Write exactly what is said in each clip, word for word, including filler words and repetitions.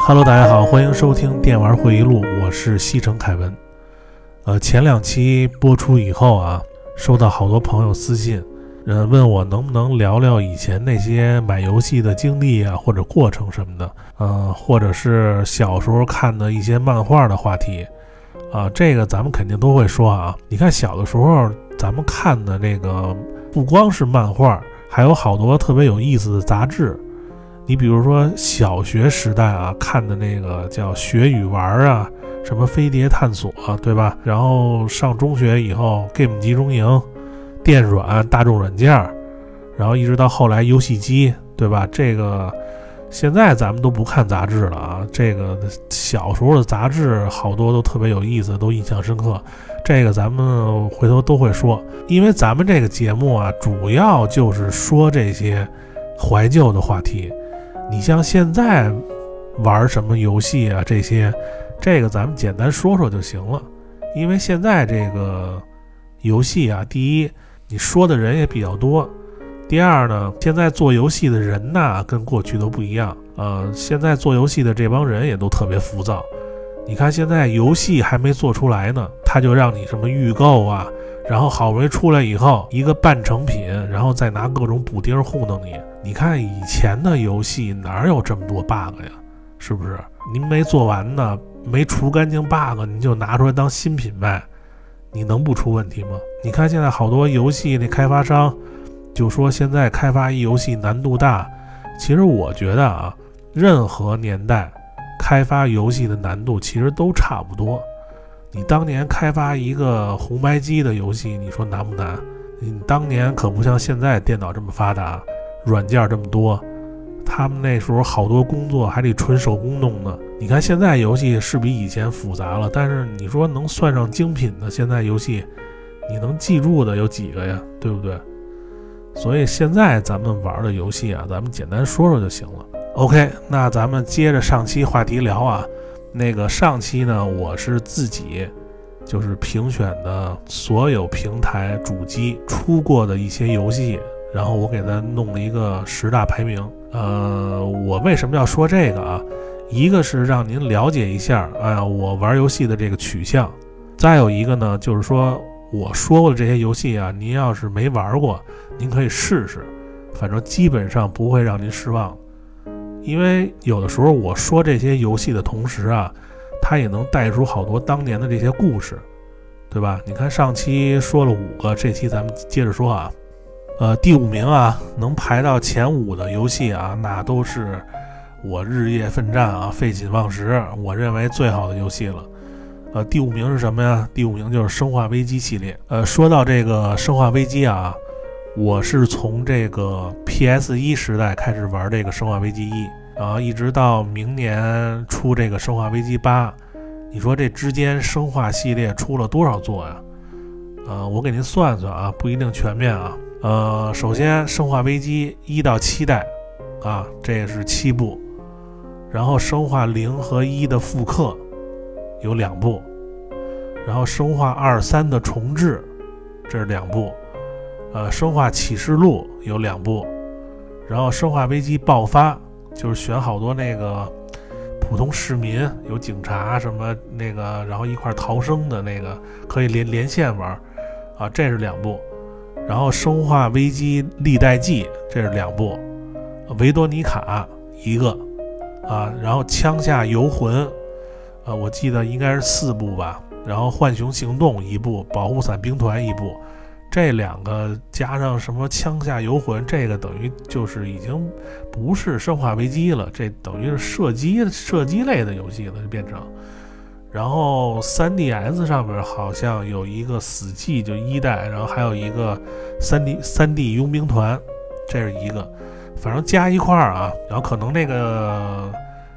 Hello， 大家好，欢迎收听电玩会议录，我是西城凯文。呃，前两期播出以后啊，收到好多朋友私信，呃，问我能不能聊聊以前那些买游戏的经历啊，或者过程什么的，呃，或者是小时候看的一些漫画的话题啊，这个咱们肯定都会说啊。你看小的时候咱们看的这个不光是漫画，还有好多特别有意思的杂志。你比如说小学时代啊看的那个叫学与玩啊，什么飞碟探索啊，对吧？然后上中学以后 Game 集中营、电软、大众软件，然后一直到后来游戏机，对吧？这个现在咱们都不看杂志了啊，这个小时候的杂志好多都特别有意思，都印象深刻。这个咱们回头都会说，因为咱们这个节目啊主要就是说这些怀旧的话题。你像现在玩什么游戏啊，这些这个咱们简单说说就行了。因为现在这个游戏啊，第一你说的人也比较多，第二呢，现在做游戏的人呢跟过去都不一样。呃，现在做游戏的这帮人也都特别浮躁。你看现在游戏还没做出来呢，他就让你什么预购啊，然后好不容易出来以后一个半成品，然后再拿各种补丁糊弄你。你看以前的游戏哪有这么多 bug 呀，是不是？您没做完呢，没除干净 bug， 你就拿出来当新品卖，你能不出问题吗？你看现在好多游戏那开发商就说现在开发一游戏难度大，其实我觉得啊，任何年代开发游戏的难度其实都差不多。你当年开发一个红白机的游戏，你说难不难？你当年可不像现在电脑这么发达，软件这么多，他们那时候好多工作还得纯手工弄呢。你看现在游戏是比以前复杂了，但是你说能算上精品的现在游戏，你能记住的有几个呀，对不对？所以现在咱们玩的游戏啊，咱们简单说说就行了。 OK， 那咱们接着上期话题聊啊。那个上期呢，我是自己就是评选的所有平台主机出过的一些游戏，然后我给它弄了一个十大排名。呃，我为什么要说这个啊？一个是让您了解一下，哎呀，我玩游戏的这个取向。再有一个呢，就是说我说过的这些游戏啊，您要是没玩过，您可以试试，反正基本上不会让您失望。因为有的时候我说这些游戏的同时啊，它也能带出好多当年的这些故事，对吧？你看上期说了五个，这期咱们接着说啊。呃，第五名啊，能排到前五的游戏啊，那都是我日夜奋战啊，废寝忘食，我认为最好的游戏了。呃，第五名是什么呀？第五名就是生化危机系列。呃，说到这个生化危机啊，我是从这个 P S 一 时代开始玩这个生化危机一，然后一直到明年出这个生化危机八，你说这之间生化系列出了多少座呀？呃，我给您算算啊，不一定全面啊。呃，首先生化危机一到七代啊，这是七部，然后生化零和一的复刻有两部，然后生化二三的重置这是两部，呃，生化启示录有两部，然后生化危机爆发就是选好多那个普通市民，有警察什么那个，然后一块逃生的那个可以连连线玩啊，这是两部。然后生化危机历代记这是两部，维多妮卡一个啊，然后枪下游魂呃，我记得应该是四部吧，然后浣熊行动一部，保护伞兵团一部，这两个加上什么枪下游魂，这个等于就是已经不是生化危机了，这等于是射击射击类的游戏了，就变成。然后 三 D S 上面好像有一个死寂就一代，然后还有一个 三 D 三 D 佣兵团，这是一个，反正加一块儿啊，然后可能那个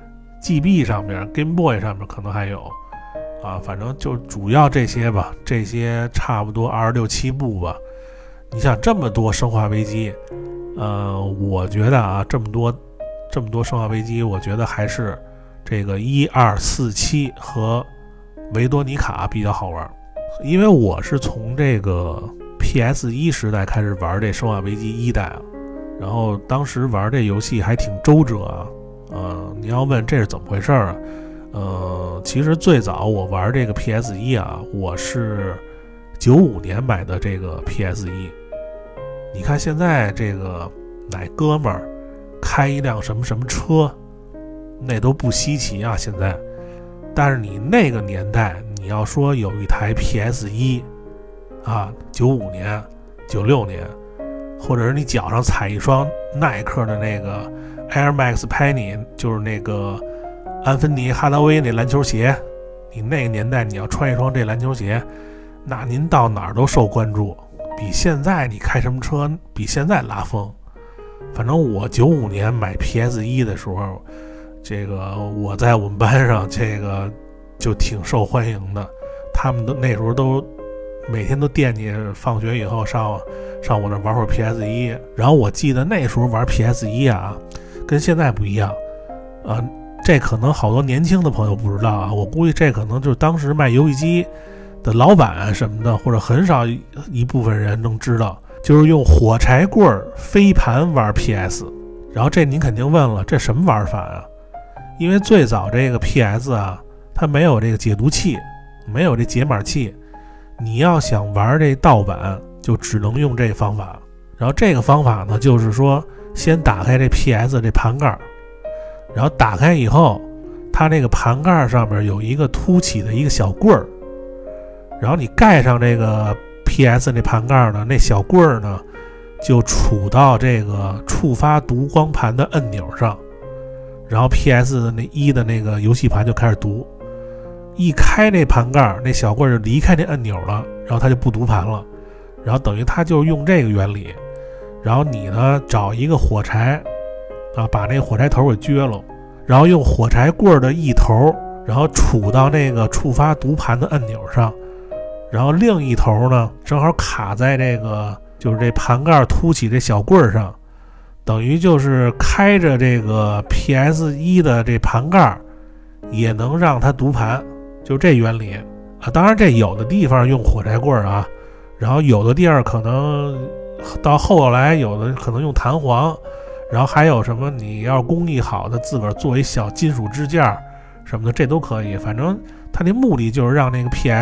G B 上面 Game Boy 上面可能还有啊，反正就主要这些吧，这些差不多二十六七部吧。你想这么多生化危机，呃，我觉得啊，这么多这么多生化危机，我觉得还是这个一二四七和维多妮卡比较好玩，因为我是从这个 P S 一 时代开始玩这生化危机一代啊，然后当时玩这游戏还挺周折啊， 呃，你要问这是怎么回事啊？呃，其实最早我玩这个 P S 一 啊，我是九五年买的这个 P S 一。你看现在这个哪哥们儿开一辆什么什么车，那都不稀奇啊现在。但是你那个年代，你要说有一台 P S 一 啊，九五年、九六年，或者是你脚上踩一双耐克的那个 Air Max Penny， 就是那个安芬尼哈达威那篮球鞋，你那个年代你要穿一双这篮球鞋，那您到哪儿都受关注，比现在你开什么车比现在拉风。反正我九五年买 P S 一 的时候，这个我在我们班上这个就挺受欢迎的，他们都那时候都每天都惦记放学以后上上我那玩会儿 P S 一。然后我记得那时候玩 P S 一 啊，跟现在不一样啊。这可能好多年轻的朋友不知道啊，我估计这可能就是当时卖游戏机的老板什么的，或者很少一部分人能知道，就是用火柴棍飞盘玩 P S。 然后这您肯定问了，这什么玩法啊？因为最早这个 P S 啊，它没有这个解读器，没有这解码器，你要想玩这盗版就只能用这方法。然后这个方法呢，就是说先打开这 P S 这盘盖，然后打开以后，它那个盘盖上面有一个凸起的一个小棍儿，然后你盖上这个 P S 那盘盖呢，那小棍儿呢就杵到这个触发读光盘的按钮上，然后 P S 的那一的那个游戏盘就开始读。一开那盘盖，那小棍儿就离开那按钮了，然后它就不读盘了。然后等于它就用这个原理。然后你呢找一个火柴啊，把那个火柴头给撅了，然后用火柴棍的一头，然后杵到那个触发读盘的按钮上，然后另一头呢正好卡在这个就是这盘盖凸起这小棍上，等于就是开着这个 P S 一 的这盘盖也能让它读盘，就这原理啊。当然这有的地方用火柴棍啊，然后有的地儿可能到后来有的可能用弹簧，然后还有什么你要工艺好的自个儿做一小金属支架什么的，这都可以。反正它那目的就是让那个 P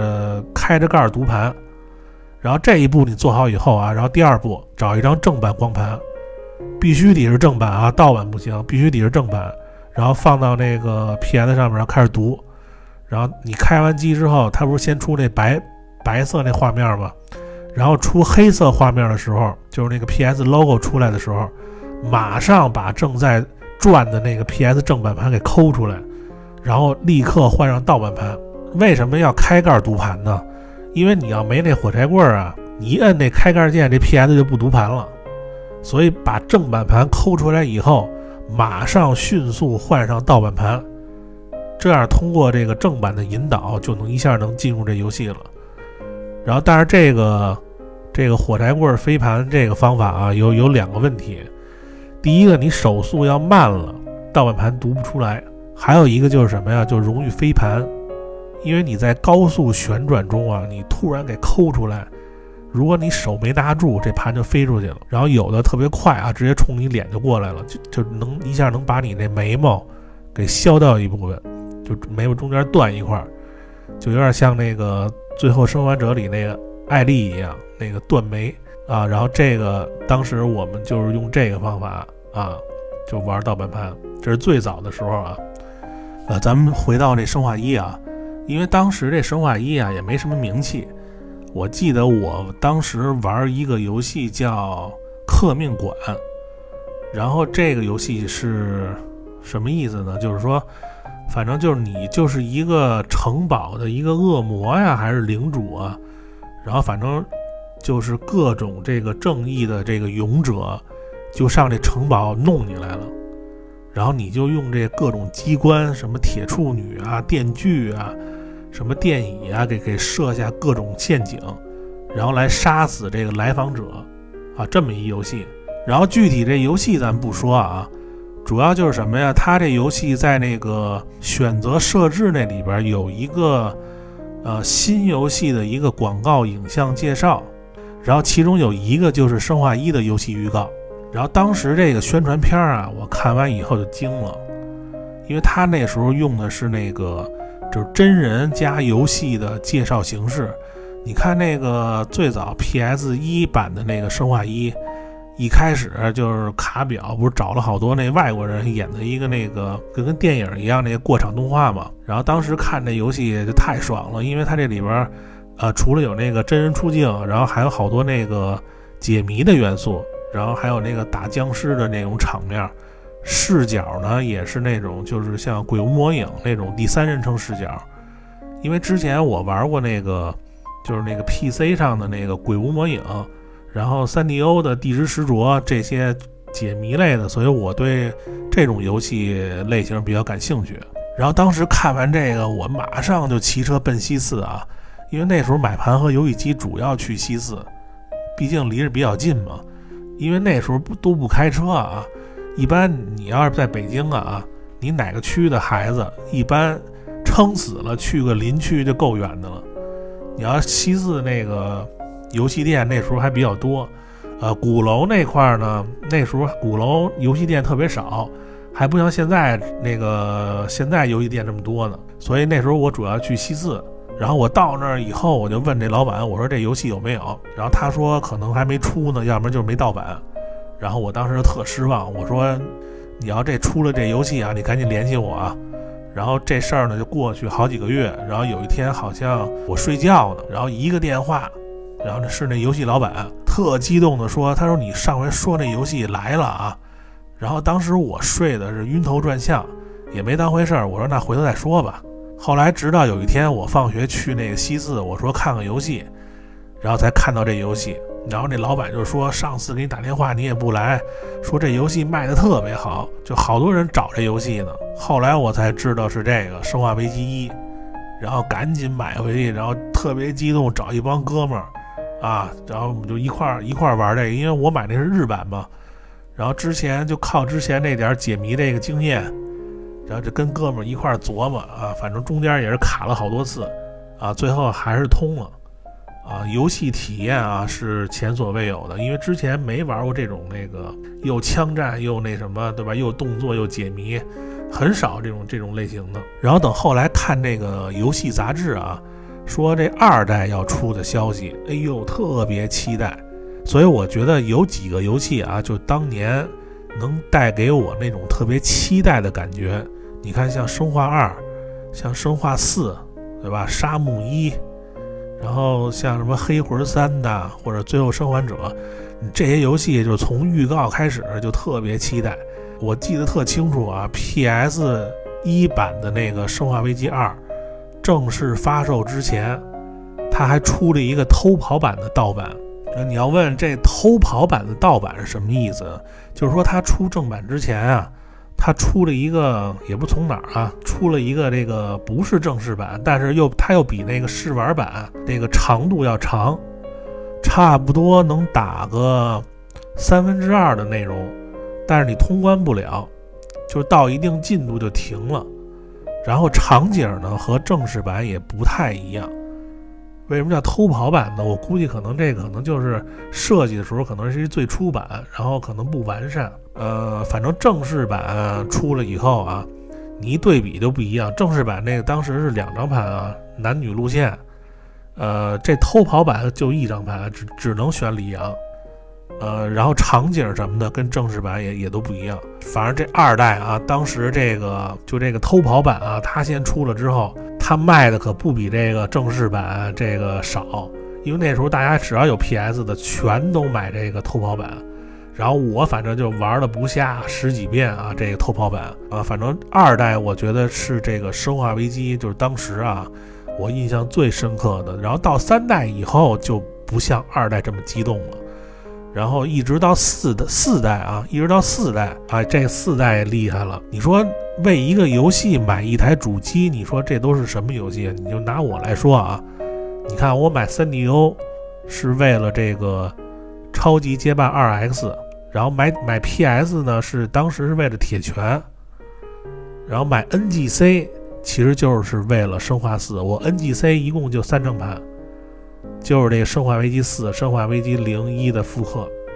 S 开着盖读盘。然后这一步你做好以后啊，然后第二步找一张正版光盘，必须得是正版啊，盗版不行，必须得是正版，然后放到那个 P S 上面，然后开始读。然后你开完机之后，它不是先出那白白色那画面吗？然后出黑色画面的时候，就是那个 P S logo 出来的时候，马上把正在转的那个 P S 正版盘给抠出来，然后立刻换上盗版盘。为什么要开盖读盘呢？因为你要没那火柴棍啊，你一摁那开盖键，这 P S 就不读盘了。所以把正版盘抠出来以后，马上迅速换上盗版盘，这样通过这个正版的引导，就能一下能进入这游戏了。然后但是这个这个火柴棍飞盘这个方法啊，有有两个问题。第一个，你手速要慢了，盗版盘读不出来。还有一个就是什么呀，就容易飞盘。因为你在高速旋转中啊，你突然给抠出来，如果你手没拿住，这盘就飞出去了。然后有的特别快啊，直接冲你脸就过来了，就就能一下能把你那眉毛给削掉一部分，就眉毛中间断一块，就有点像那个最后生还者里那个艾丽一样，那个断眉啊。然后这个当时我们就是用这个方法啊，就玩盗版盘，这是最早的时候啊。呃，咱们回到这生化一啊，因为当时这生化一啊也没什么名气。我记得我当时玩一个游戏叫克命馆，然后这个游戏是什么意思呢？就是说反正就是你就是一个城堡的一个恶魔呀，还是领主啊，然后反正就是各种这个正义的这个勇者就上这城堡弄你来了，然后你就用这各种机关，什么铁处女啊、电锯啊、什么电椅啊，给给设下各种陷阱，然后来杀死这个来访者啊，这么一游戏。然后具体这游戏咱不说啊，主要就是什么呀？它这游戏在那个选择设置那里边有一个呃新游戏的一个广告影像介绍，然后其中有一个就是生化一的游戏预告。然后当时这个宣传片啊，我看完以后就惊了， 因为他那时候用的是那个就是真人加游戏的介绍形式。你看那个最早 P S 一 版的那个生化一，一开始就是卡表不是找了好多那外国人演的一个那个跟跟电影一样那个过场动画嘛，然后当时看这游戏就太爽了，因为它这里边呃除了有那个真人出镜，然后还有好多那个解谜的元素，然后还有那个打僵尸的那种场面，视角呢也是那种就是像鬼屋魔影那种第三人称视角。因为之前我玩过那个就是那个 P C 上的那个鬼屋魔影，然后 三 D O 的地之石琢这些解谜类的，所以我对这种游戏类型比较感兴趣。然后当时看完这个我马上就骑车奔西四啊，因为那时候买盘和游戏机主要去西四，毕竟离着比较近嘛。因为那时候不都不开车啊，一般你要是在北京啊，你哪个区的孩子一般撑死了去个邻区就够远的了。你要西四那个游戏店那时候还比较多，呃，鼓楼那块呢，那时候鼓楼游戏店特别少，还不像现在那个现在游戏店这么多呢。所以那时候我主要去西四，然后我到那儿以后，我就问这老板，我说这游戏有没有？然后他说可能还没出呢，要不然就是没盗版。然后我当时就特失望，我说你要这出了这游戏啊，你赶紧联系我啊。然后这事儿呢就过去好几个月，然后有一天好像我睡觉呢，然后一个电话，然后是那游戏老板特激动的说，他说你上回说那游戏来了啊。然后当时我睡的是晕头转向，也没当回事儿，我说那回头再说吧。后来直到有一天我放学去那个西四，我说看看游戏，然后才看到这游戏。然后那老板就说上次给你打电话你也不来，说这游戏卖的特别好，就好多人找这游戏呢。后来我才知道是这个生化危机一，然后赶紧买回去，然后特别激动，找一帮哥们儿啊，然后我们就一块儿一块儿玩这个，因为我买的是日版嘛，然后之前就靠之前那点解谜这个经验，然后就跟哥们儿一块儿琢磨啊，反正中间也是卡了好多次啊，最后还是通了。啊，游戏体验啊是前所未有的，因为之前没玩过这种那个又枪战又那什么，对吧？又动作又解谜，很少这种这种类型的。然后等后来看这个游戏杂志啊，说这二代要出的消息，哎呦，特别期待。所以我觉得有几个游戏啊，就当年能带给我那种特别期待的感觉。你看，像生化二，像生化四，对吧？沙漠一。然后像什么黑魂三的或者最后生还者，这些游戏就是从预告开始就特别期待。我记得特清楚啊 ，P S 一 版的那个生化危机二正式发售之前，它还出了一个偷跑版的盗版。你要问这偷跑版的盗版是什么意思，就是说它出正版之前啊，他出了一个也不从哪儿啊，出了一个这个不是正式版，但是又他又比那个试玩版那个长度要长，差不多能打个三分之二的内容，但是你通关不了，就是到一定进度就停了。然后场景呢和正式版也不太一样。为什么叫偷跑版呢？我估计可能这个可能就是设计的时候可能是最初版，然后可能不完善。呃，反正正式版出了以后啊，你一对比就不一样。正式版那个当时是两张盘啊，男女路线。呃，这偷跑版就一张盘，只只能选李阳。呃，然后场景什么的跟正式版也也都不一样。反正这二代啊，当时这个就这个偷跑版啊，它先出了之后，它卖的可不比这个正式版这个少，因为那时候大家只要有 P S 的全都买这个偷跑版。然后我反正就玩了不下十几遍啊，这个偷跑版啊，反正二代我觉得是这个生化危机，就是当时啊我印象最深刻的。然后到三代以后就不像二代这么激动了，然后一直到四的四代啊，一直到四代啊，这四代也厉害了。你说为一个游戏买一台主机，你说这都是什么游戏？你就拿我来说啊，你看我买 三 D O 是为了这个超级街霸 二 X， 然后买买 P S 呢是当时是为了铁拳，然后买 N G C 其实就是为了生化四。我 N G C 一共就三张盘，就是这个生化危机四、生化危机零一的复刻。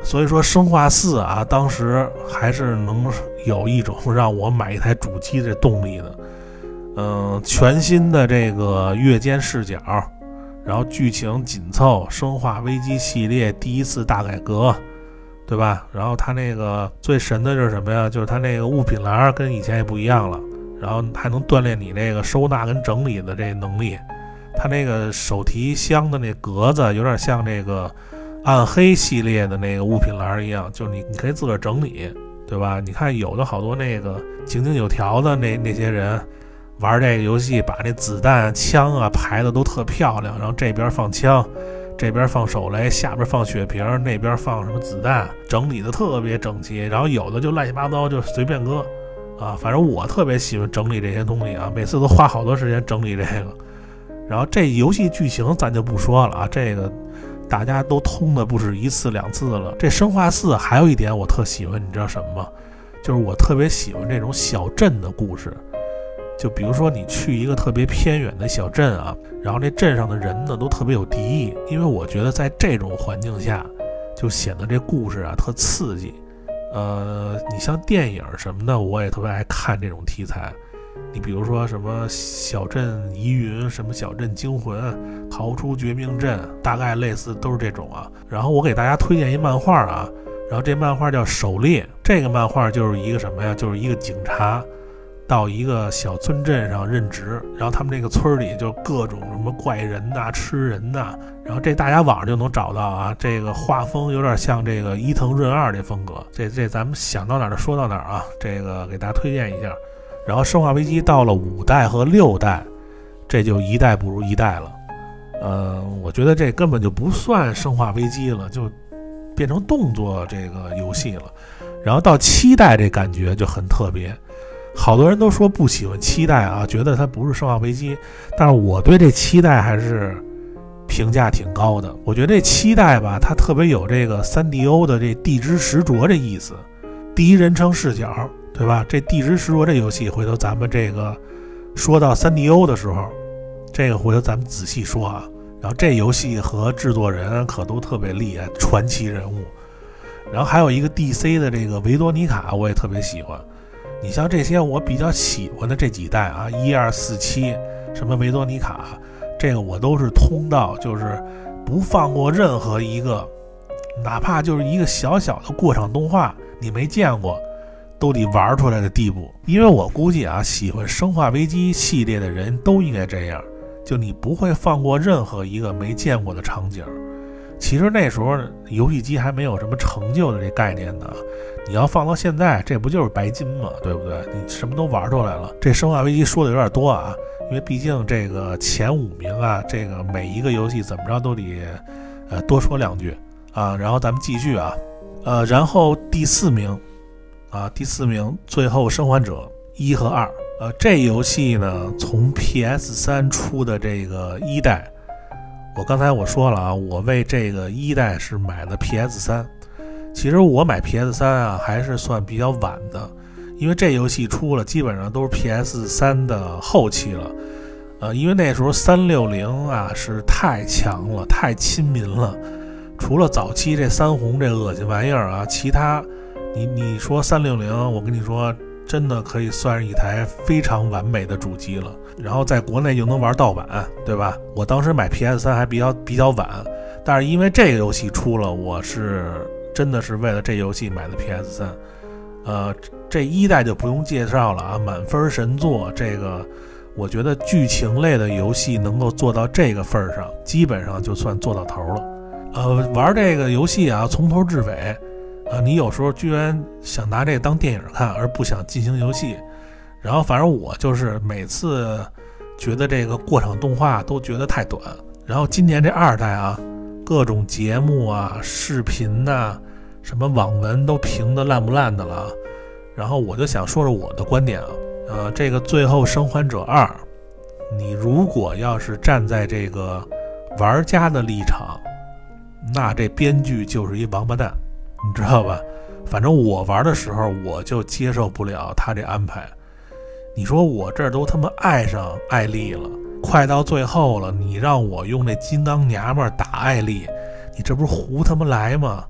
所以说生化四啊，当时还是能有一种让我买一台主机的动力的。嗯、呃，全新的这个跃间视角，然后剧情紧凑，生化危机系列第一次大改革，对吧？然后它那个最神的就是什么呀？就是它那个物品栏跟以前也不一样了，然后还能锻炼你那个收纳跟整理的这能力。它那个手提箱的那格子有点像这个暗黑系列的那个物品栏一样，就是你你可以自个儿整理，对吧？你看有的好多那个井井有条的那那些人玩这个游戏，把那子弹枪啊排的都特漂亮，然后这边放枪，这边放手雷，下边放血瓶，那边放什么子弹，整理的特别整齐。然后有的就乱七八糟就随便搁啊，反正我特别喜欢整理这些东西啊，每次都花好多时间整理这个。然后这游戏剧情咱就不说了啊，这个大家都通的不止一次两次了。这生化四还有一点我特喜欢，你知道什么吗？就是我特别喜欢这种小镇的故事。就比如说你去一个特别偏远的小镇啊，然后这镇上的人呢都特别有敌意，因为我觉得在这种环境下就显得这故事啊特刺激。呃，你像电影什么的我也特别爱看这种题材，你比如说什么小镇疑云，什么小镇惊魂，逃出绝命镇，大概类似都是这种啊。然后我给大家推荐一漫画啊，然后这漫画叫狩猎，这个漫画就是一个什么呀，就是一个警察到一个小村镇上任职，然后他们这个村里就各种什么怪人呐、吃人呐，然后这大家网上就能找到啊。这个画风有点像这个伊藤润二这风格，这这咱们想到哪儿就说到哪儿啊，这个给大家推荐一下。然后生化危机到了五代和六代，这就一代不如一代了。呃，我觉得这根本就不算生化危机了，就变成动作这个游戏了。然后到七代这感觉就很特别。好多人都说不喜欢七代啊，觉得它不是生化危机，但是我对这七代还是评价挺高的。我觉得这七代吧，它特别有这个 三 D O 的这地之实着这意思，第一人称视角，对吧？这地之实着这游戏，回头咱们这个说到 三 D O 的时候，这个回头咱们仔细说啊。然后这游戏和制作人可都特别厉害，传奇人物。然后还有一个 D C 的这个维多妮卡，我也特别喜欢。你像这些我比较喜欢的这几代啊，一二四七，什么维多妮卡，这个我都是通到，就是不放过任何一个，哪怕就是一个小小的过场动画，你没见过，都得玩出来的地步。因为我估计啊，喜欢生化危机系列的人都应该这样，就你不会放过任何一个没见过的场景。其实那时候游戏机还没有什么成就的这概念呢，你要放到现在，这不就是白金吗？对不对？你什么都玩出来了。这生化危机说的有点多啊，因为毕竟这个前五名啊，这个每一个游戏怎么着都得呃多说两句啊。然后咱们继续啊，呃，然后第四名啊，第四名最后生还者一和二，呃，这游戏呢从 P S 三 出的这个一代。我刚才我说了啊，我为这个一代是买的 P S 三。其实我买 P S 三 啊，还是算比较晚的，因为这游戏出了，基本上都是 P S 三 的后期了。呃，因为那时候三六零啊是太强了，太亲民了。除了早期这三红这恶心玩意儿啊，其他你你说三六零，我跟你说，真的可以算是一台非常完美的主机了。然后在国内又能玩盗版，对吧？我当时买 P S 三 还比较比较晚，但是因为这个游戏出了，我是真的是为了这游戏买的 P S 三。呃，这一代就不用介绍了啊，满分神作。这个我觉得剧情类的游戏能够做到这个份上，基本上就算做到头了。呃，玩这个游戏啊，从头至尾，呃，你有时候居然想拿这个当电影看，而不想进行游戏。然后反正我就是每次觉得这个过场动画都觉得太短。然后今年这二代啊，各种节目啊、视频呐、啊、什么网文都评得烂不烂的了。然后我就想说说我的观点啊，呃，这个最后生还者二，你如果要是站在这个玩家的立场，那这编剧就是一王八蛋，你知道吧？反正我玩的时候我就接受不了他这安排。你说我这都他妈爱上艾丽了，快到最后了，你让我用那金刚娘们打艾丽，你这不是胡他妈来吗？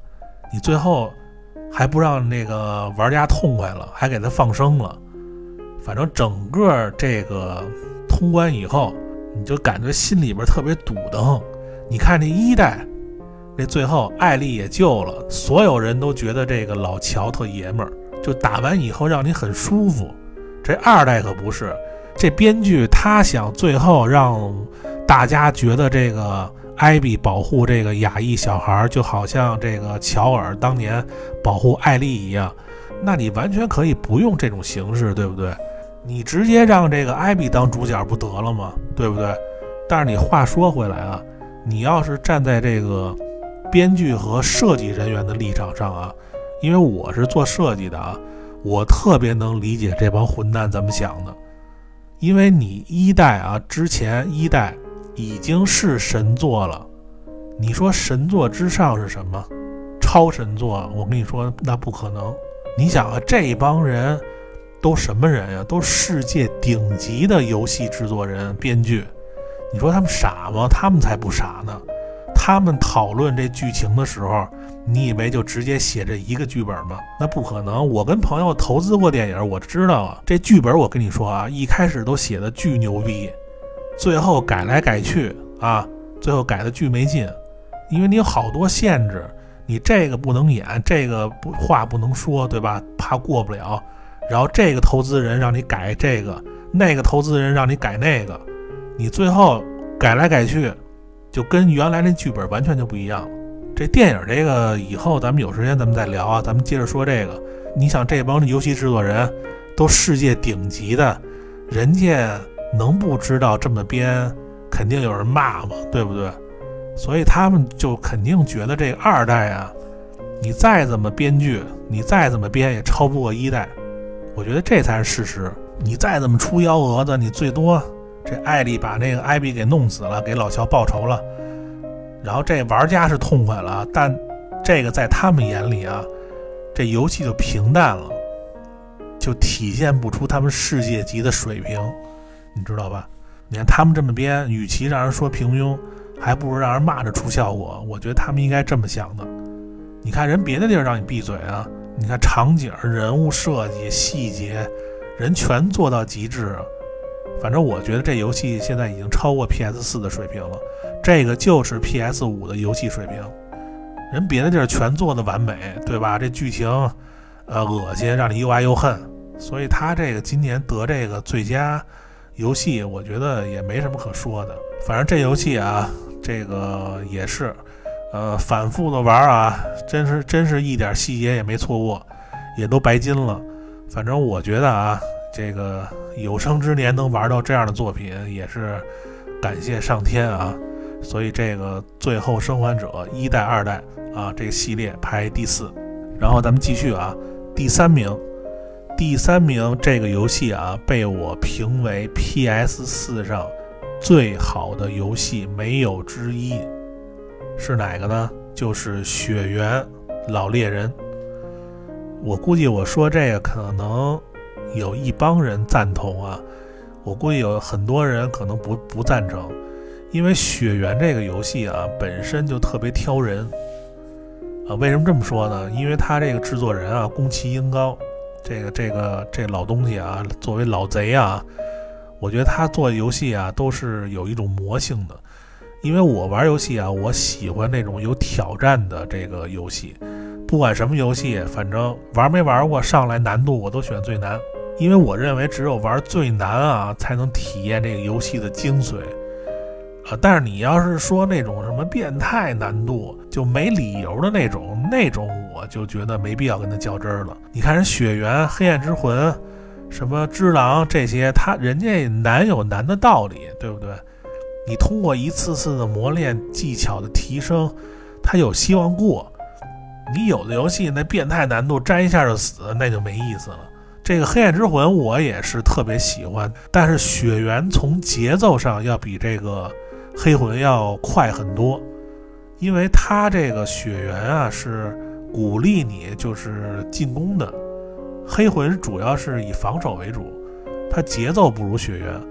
你最后还不让那个玩家痛快了，还给他放生了。反正整个这个通关以后，你就感觉心里边特别堵得慌。你看这一代，这最后艾丽也救了，所有人都觉得这个老乔特爷们儿，就打完以后让你很舒服。这二代可不是，这编剧他想最后让大家觉得这个艾比保护这个亚裔小孩，就好像这个乔尔当年保护艾丽一样。那你完全可以不用这种形式，对不对？你直接让这个艾比当主角不得了吗？对不对？但是你话说回来啊，你要是站在这个编剧和设计人员的立场上啊，因为我是做设计的啊，我特别能理解这帮混蛋怎么想的。因为你一代啊，之前一代已经是神作了，你说神作之上是什么？超神作？我跟你说那不可能。你想啊，这帮人都什么人呀？都世界顶级的游戏制作人、编剧。你说他们傻吗？他们才不傻呢。他们讨论这剧情的时候，你以为就直接写这一个剧本吗？那不可能。我跟朋友投资过电影，我知道啊，这剧本我跟你说啊，一开始都写的巨牛逼，最后改来改去啊，最后改的巨没劲，因为你有好多限制，你这个不能演，这个不话不能说，对吧？怕过不了。然后这个投资人让你改这个，那个投资人让你改那个，你最后改来改去，就跟原来那剧本完全就不一样了。这电影这个以后咱们有时间咱们再聊啊，咱们接着说这个。你想这帮游戏制作人都世界顶级的，人家能不知道这么编肯定有人骂嘛，对不对？所以他们就肯定觉得这个二代啊，你再怎么编剧，你再怎么编也超不过一代。我觉得这才是事实。你再怎么出幺蛾子，你最多这艾丽把那个艾比给弄死了，给老乔报仇了，然后这玩家是痛快了，但这个在他们眼里啊，这游戏就平淡了，就体现不出他们世界级的水平，你知道吧？你看他们这么编，与其让人说平庸，还不如让人骂着出效果。我觉得他们应该这么想的。你看人别的地儿让你闭嘴啊，你看场景、人物设计、细节，人全做到极致。反正我觉得这游戏现在已经超过 P S 四 的水平了，这个就是 P S 五 的游戏水平。人别的地儿全做的完美，对吧？这剧情呃恶心，让你又爱又恨。所以他这个今年得这个最佳游戏，我觉得也没什么可说的。反正这游戏啊，这个也是呃反复的玩啊，真是真是一点细节也没错过，也都白金了。反正我觉得啊，这个有生之年能玩到这样的作品，也是感谢上天啊。所以这个最后生还者一代二代啊，这个系列排第四。然后咱们继续啊，第三名第三名这个游戏啊，被我评为 P S 四 上最好的游戏没有之一。是哪个呢？就是雪原老猎人。我估计我说这个可能有一帮人赞同啊，我估计有很多人可能不不赞成。因为雪原这个游戏啊本身就特别挑人啊。为什么这么说呢？因为他这个制作人啊宫崎英高，这个这个这老东西啊，作为老贼啊，我觉得他做游戏啊都是有一种魔性的。因为我玩游戏啊，我喜欢那种有挑战的这个游戏，不管什么游戏，反正玩没玩过，上来难度我都选最难。因为我认为只有玩最难啊，才能体验这个游戏的精髓啊。但是你要是说那种什么变态难度，就没理由的那种，那种我就觉得没必要跟他较真了。你看人雪原、黑暗之魂、什么之狼这些，他人家难有难的道理，对不对？你通过一次次的磨练、技巧的提升，他有希望过。你有的游戏那变态难度沾一下就死，那就没意思了。这个黑暗之魂我也是特别喜欢，但是雪原从节奏上要比这个黑魂要快很多。因为它这个雪原啊是鼓励你就是进攻的，黑魂主要是以防守为主，它节奏不如雪原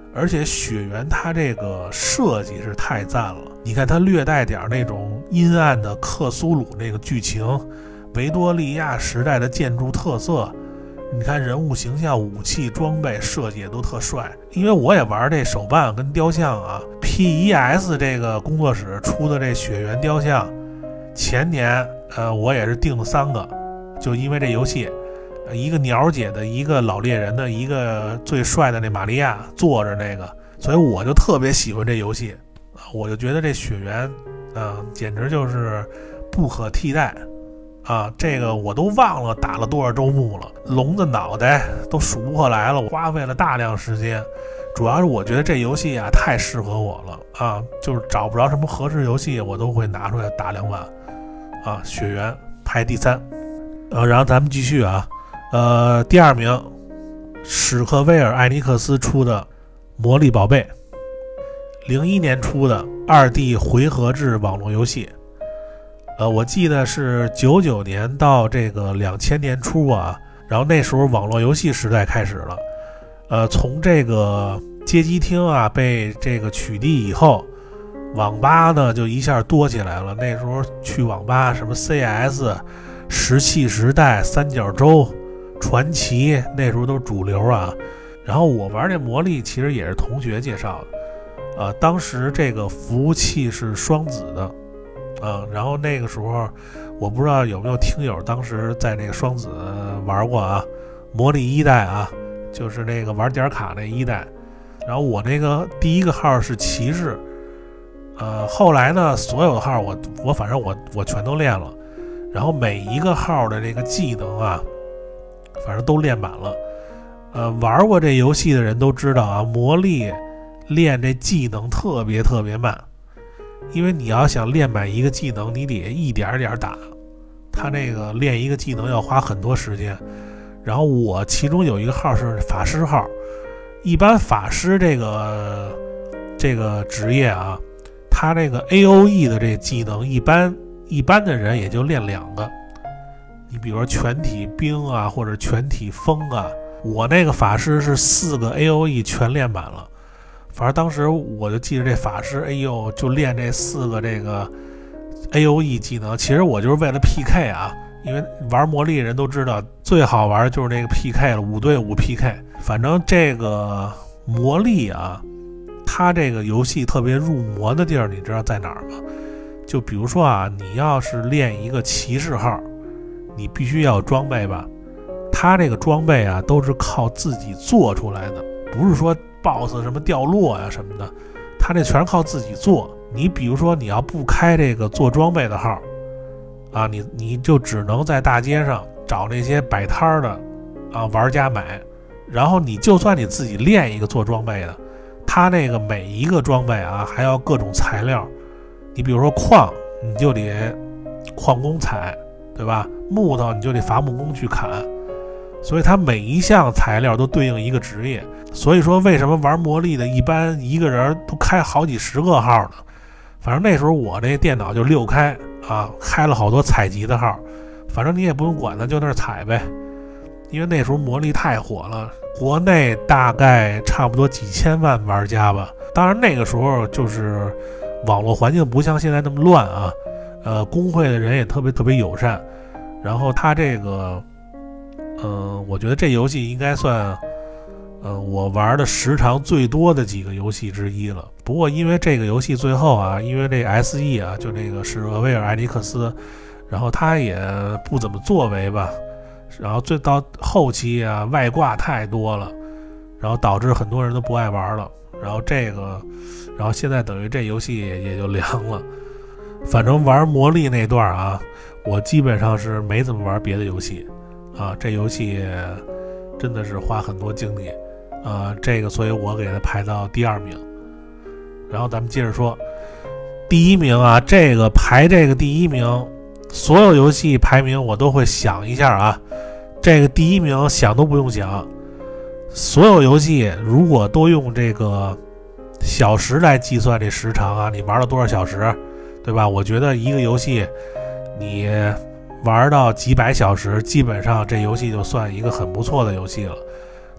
而且雪原它这个设计是太赞了，你看它略带点那种阴暗的克苏鲁那个剧情，维多利亚时代的建筑特色，你看人物形象、武器装备设计也都特帅。因为我也玩这手办跟雕像啊 ，P E S 这个工作室出的这雪原雕像，前年呃我也是订了三个，就因为这游戏，一个鸟姐的，一个老猎人的，一个最帅的那玛利亚坐着那个，所以我就特别喜欢这游戏，我就觉得这雪原，嗯、呃，简直就是不可替代。啊，这个我都忘了打了多少周目了，龙的脑袋都数不过来了，我花费了大量时间。主要是我觉得这游戏啊太适合我了啊，就是找不着什么合适游戏，我都会拿出来打两把。啊，雪原排第三，呃，然后咱们继续啊，呃，第二名，史克威尔艾尼克斯出的《魔力宝贝》，零一年出的二 D 回合制网络游戏。呃，我记得是九九年到这个两千年初啊，然后那时候网络游戏时代开始了。呃，从这个街机厅啊被这个取缔以后，网吧呢就一下多起来了。那时候去网吧，什么 C S、石器时代、三角洲、传奇，那时候都是主流啊。然后我玩这魔力其实也是同学介绍的，呃，当时这个服务器是双子的。嗯，然后那个时候我不知道有没有听友当时在那个双子玩过啊，魔力一代啊，就是那个玩点卡那一代。然后我那个第一个号是骑士，呃，后来呢所有的号我我反正我我全都练了，然后每一个号的这个技能啊，反正都练满了。呃，玩过这游戏的人都知道啊，魔力练这技能特别特别慢。因为你要想练满一个技能，你得一点点打，他那个练一个技能要花很多时间。然后我其中有一个号是法师号，一般法师这个这个职业啊，他这个 A O E 的这个技能一般一般的人也就练两个，你比如说全体冰啊，或者全体风啊，我那个法师是四个 A O E 全练满了。反正当时我就记得这法师，哎呦，就练这四个这个 A O E 技能。其实我就是为了 P K 啊，因为玩魔力人都知道最好玩就是那个 P K 了，五对五 P K。反正这个魔力啊，它这个游戏特别入魔的地儿，你知道在哪儿吗？就比如说啊，你要是练一个骑士号，你必须要有装备吧？它这个装备啊，都是靠自己做出来的，不是说boss 什么掉落呀、啊、什么的，他这全是靠自己做。你比如说你要不开这个做装备的号啊，你你就只能在大街上找那些摆摊的啊玩家买，然后你就算你自己练一个做装备的，他那个每一个装备啊还要各种材料，你比如说矿你就得矿工采，对吧？木头你就得伐木工去砍，所以它每一项材料都对应一个职业。所以说为什么玩魔力的一般一个人都开好几十个号呢？反正那时候我这电脑就六开啊，开了好多采集的号，反正你也不用管它，就那儿采呗。因为那时候魔力太火了，国内大概差不多几千万玩家吧。当然那个时候就是网络环境不像现在那么乱啊，呃，工会的人也特别特别友善。然后它这个，嗯、呃，我觉得这游戏应该算。呃，我玩的时长最多的几个游戏之一了。不过因为这个游戏最后啊，因为这 S E 啊，就这个史克威尔艾尼克斯，然后他也不怎么作为吧，然后最到后期啊，外挂太多了，然后导致很多人都不爱玩了。然后这个，然后现在等于这游戏也就凉了。反正玩魔力那段啊，我基本上是没怎么玩别的游戏啊，这游戏真的是花很多精力。呃，这个所以我给它排到第二名。然后咱们接着说第一名啊，这个排这个第一名，所有游戏排名我都会想一下啊，这个第一名想都不用想。所有游戏如果都用这个小时来计算这时长啊，你玩了多少小时，对吧？我觉得一个游戏你玩到几百小时，基本上这游戏就算一个很不错的游戏了。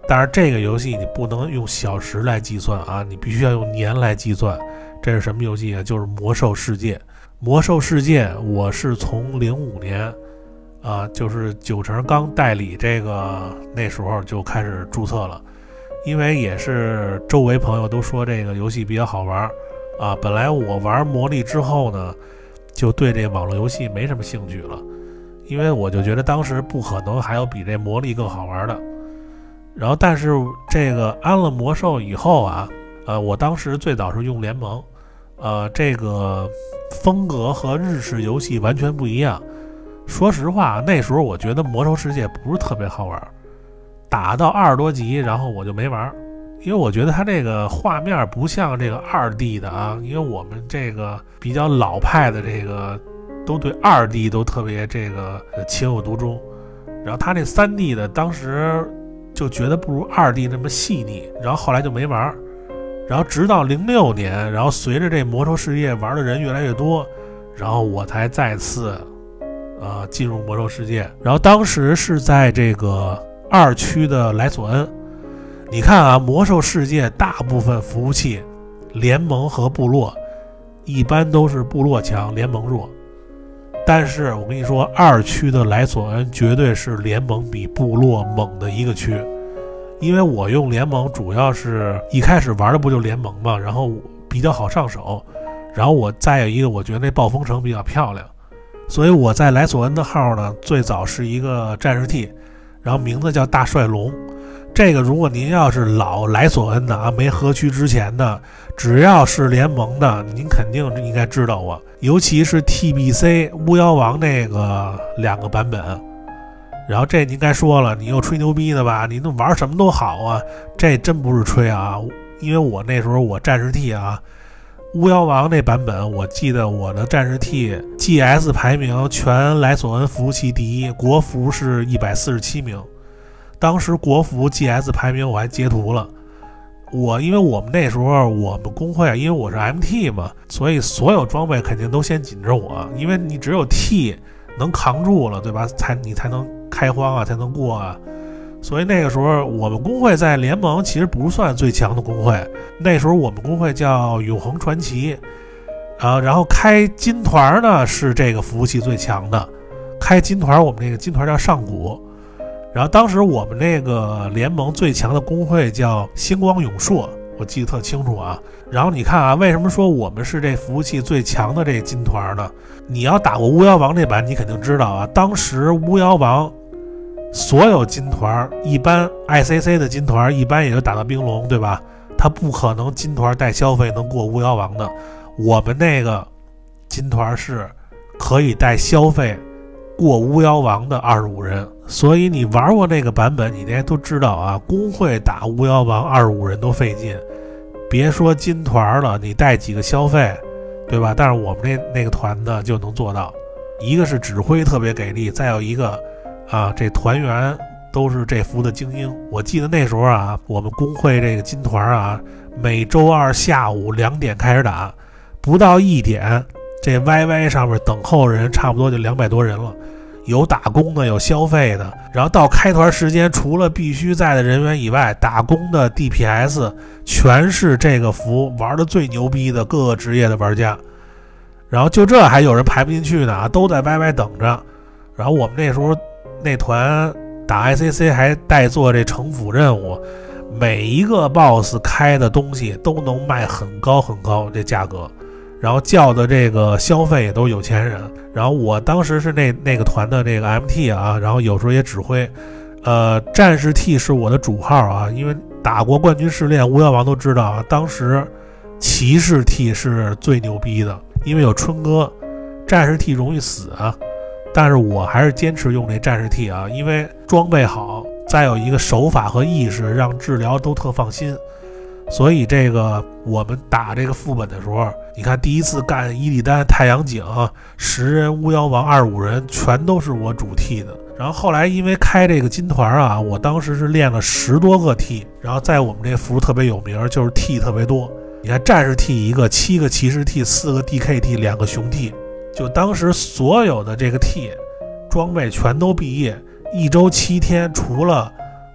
但是这个游戏你不能用小时来计算啊，你必须要用年来计算。这是什么游戏啊？就是魔兽世界。魔兽世界我是从零五年啊，就是九成刚代理这个那时候就开始注册了，因为也是周围朋友都说这个游戏比较好玩啊。本来我玩魔力之后呢，就对这网络游戏没什么兴趣了，因为我就觉得当时不可能还有比这魔力更好玩的。然后但是这个安了魔兽以后啊，呃，我当时最早是用联盟，呃，这个风格和日式游戏完全不一样。说实话，那时候我觉得魔兽世界不是特别好玩，打到二十多级，然后我就没玩，因为我觉得它这个画面不像这个二 D 的啊，因为我们这个比较老派的这个都对二 D 都特别这个情有独钟，然后它这三 D 的当时就觉得不如二 D 那么细腻，然后后来就没玩。然后直到零六年，然后随着这魔兽世界玩的人越来越多，然后我才再次呃进入魔兽世界。然后当时是在这个二区的莱索恩。你看啊，魔兽世界大部分服务器联盟和部落一般都是部落强，联盟弱。但是我跟你说，二区的莱索恩绝对是联盟比部落猛的一个区。因为我用联盟主要是一开始玩的不就联盟嘛，然后比较好上手，然后我再有一个我觉得那暴风城比较漂亮，所以我在莱索恩的号呢最早是一个战士 T， 然后名字叫大帅龙。这个如果您要是老莱索恩的啊，没合区之前的，只要是联盟的您肯定应该知道我，尤其是 T B C 巫妖王那个两个版本。然后这您该说了，你又吹牛逼的吧，你那玩什么都好啊，这真不是吹啊，因为我那时候我战士 T 啊，巫妖王那版本我记得我的战士 T G S 排名全莱索恩服务器第一，国服是一百四十七名，当时国服 G S 排名我还截图了。我因为我们那时候我们公会因为我是 M T 嘛，所以所有装备肯定都先紧着我，因为你只有 T 能扛住了，对吧，才你才能开荒啊，才能过啊。所以那个时候我们公会在联盟其实不算最强的公会，那时候我们公会叫永恒传奇啊，然后开金团呢是这个服务器最强的，开金团我们那个金团叫上古。然后当时我们那个联盟最强的公会叫星光永硕，我记得特清楚啊。然后你看啊，为什么说我们是这服务器最强的这金团呢？你要打过巫妖王这版你肯定知道啊，当时巫妖王所有金团一般 I C C 的金团一般也就打到冰龙，对吧？他不可能金团带消费能过巫妖王的，我们那个金团是可以带消费过巫妖王的二十五人。所以你玩过那个版本你应该都知道啊，公会打巫妖王二十五人都费劲，别说金团了，你带几个消费对吧？但是我们那那个团的就能做到，一个是指挥特别给力，再有一个啊，这团员都是这服的精英。我记得那时候啊，我们公会这个金团啊，每周二下午两点开始打，不到一点，这 Y Y 上面等候人差不多就两百多人了，有打工的，有消费的。然后到开团时间，除了必须在的人员以外，打工的 D P S 全是这个服玩的最牛逼的各个职业的玩家。然后就这还有人排不进去呢，都在 Y Y 等着。然后我们那时候那团打 I C C 还带做这城府任务，每一个 boss 开的东西都能卖很高很高这价格，然后叫的这个消费也都有钱人。然后我当时是那那个团的这个 M T 啊，然后有时候也指挥，呃，战士 T 是我的主号啊，因为打过冠军试炼巫妖王都知道啊，当时骑士 T 是最牛逼的，因为有春哥，战士 T 容易死啊，但是我还是坚持用这战士 T 啊，因为装备好，再有一个手法和意识让治疗都特放心。所以这个我们打这个副本的时候，你看第一次干伊利丹太阳井十人巫妖王二十五人全都是我主 T 的。然后后来因为开这个金团啊，我当时是练了十多个 T， 然后在我们这服特别有名，就是 T 特别多。你看战士 T 一个，七个骑士 T， 四个 D K T， 两个熊 T， 就当时所有的这个 T 装备全都毕业，一周七天，除了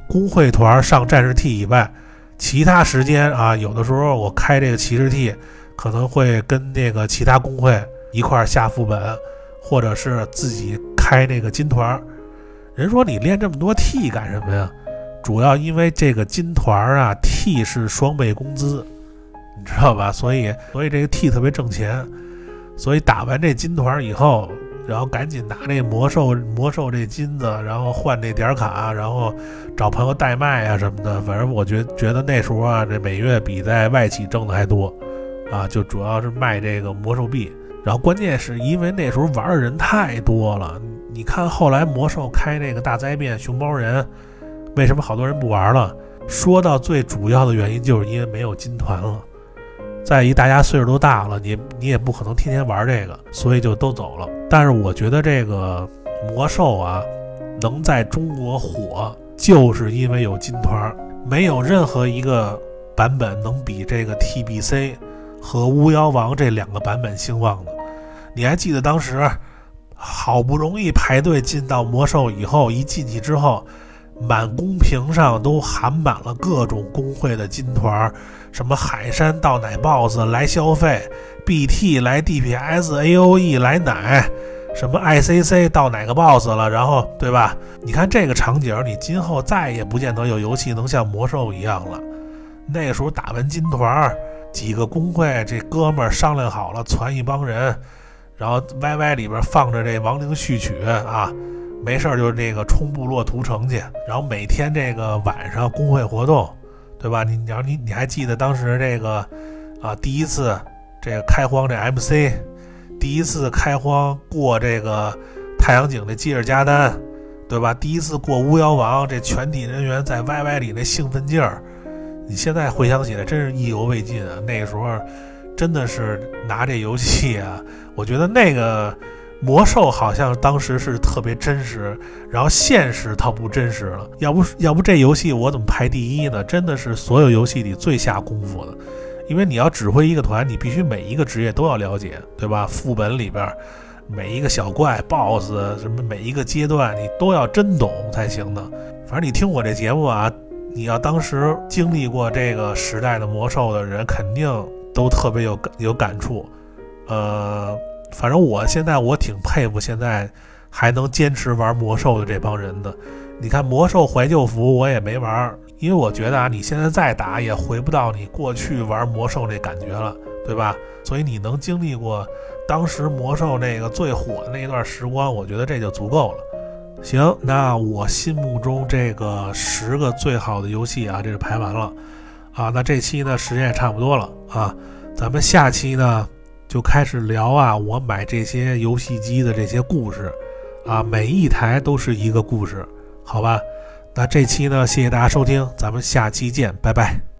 工会团上战士 T 以外，其他时间啊，有的时候我开这个骑士 T， 可能会跟那个其他工会一块下副本，或者是自己开那个金团。人说你练这么多 T 干什么呀？主要因为这个金团啊 ，T 是双倍工资，你知道吧？所以所以这个 T 特别挣钱。所以打完这金团以后，然后赶紧拿那魔兽魔兽这金子，然后换这点卡，然后找朋友代卖啊什么的。反正我觉觉得那时候啊，这每月比在外企挣的还多啊，就主要是卖这个魔兽币。然后关键是因为那时候玩的人太多了，你看后来魔兽开那个大灾变熊猫人，为什么好多人不玩了？说到最主要的原因，就是因为没有金团了。再一，大家岁数都大了，你你也不可能天天玩这个，所以就都走了。但是我觉得这个魔兽啊，能在中国火，就是因为有金团，没有任何一个版本能比这个 T B C 和巫妖王这两个版本兴旺的。你还记得当时好不容易排队进到魔兽以后，一进去之后，满公屏上都含满了各种工会的金团，什么海山到奶 boss 来消费， B T 来 D P S， A O E 来奶，什么 I C C 到哪个 boss 了，然后对吧？你看这个场景，你今后再也不见得有游戏能像魔兽一样了。那个时候打完金团，几个工会这哥们儿商量好了，传一帮人，然后 Y Y 里边放着这亡灵序曲啊，没事就是这个冲部落屠城去，然后每天这个晚上工会活动，对吧？你你你你还记得当时这个啊第一次这个开荒这 M C， 第一次开荒过这个太阳井的基尔加丹，对吧？第一次过巫妖王，这全体人员在 Y Y 里那兴奋劲儿，你现在回想起来真是意犹未尽啊！那个时候真的是拿这游戏啊，我觉得那个魔兽好像当时是特别真实，然后现实它不真实了。要不要不这游戏我怎么排第一呢？真的是所有游戏里最下功夫的，因为你要指挥一个团，你必须每一个职业都要了解，对吧？副本里边每一个小怪 boss 什么每一个阶段你都要真懂才行的。反正你听我这节目啊，你要当时经历过这个时代的魔兽的人，肯定都特别有有感触。呃反正我现在我挺佩服现在还能坚持玩魔兽的这帮人的。你看魔兽怀旧服我也没玩，因为我觉得啊，你现在再打也回不到你过去玩魔兽那感觉了，对吧？所以你能经历过当时魔兽那个最火的那一段时光，我觉得这就足够了。行，那我心目中这个十个最好的游戏啊，这是排完了啊。那这期呢时间也差不多了啊，咱们下期呢就开始聊啊，我买这些游戏机的这些故事啊，每一台都是一个故事，好吧？那这期呢，谢谢大家收听，咱们下期见，拜拜。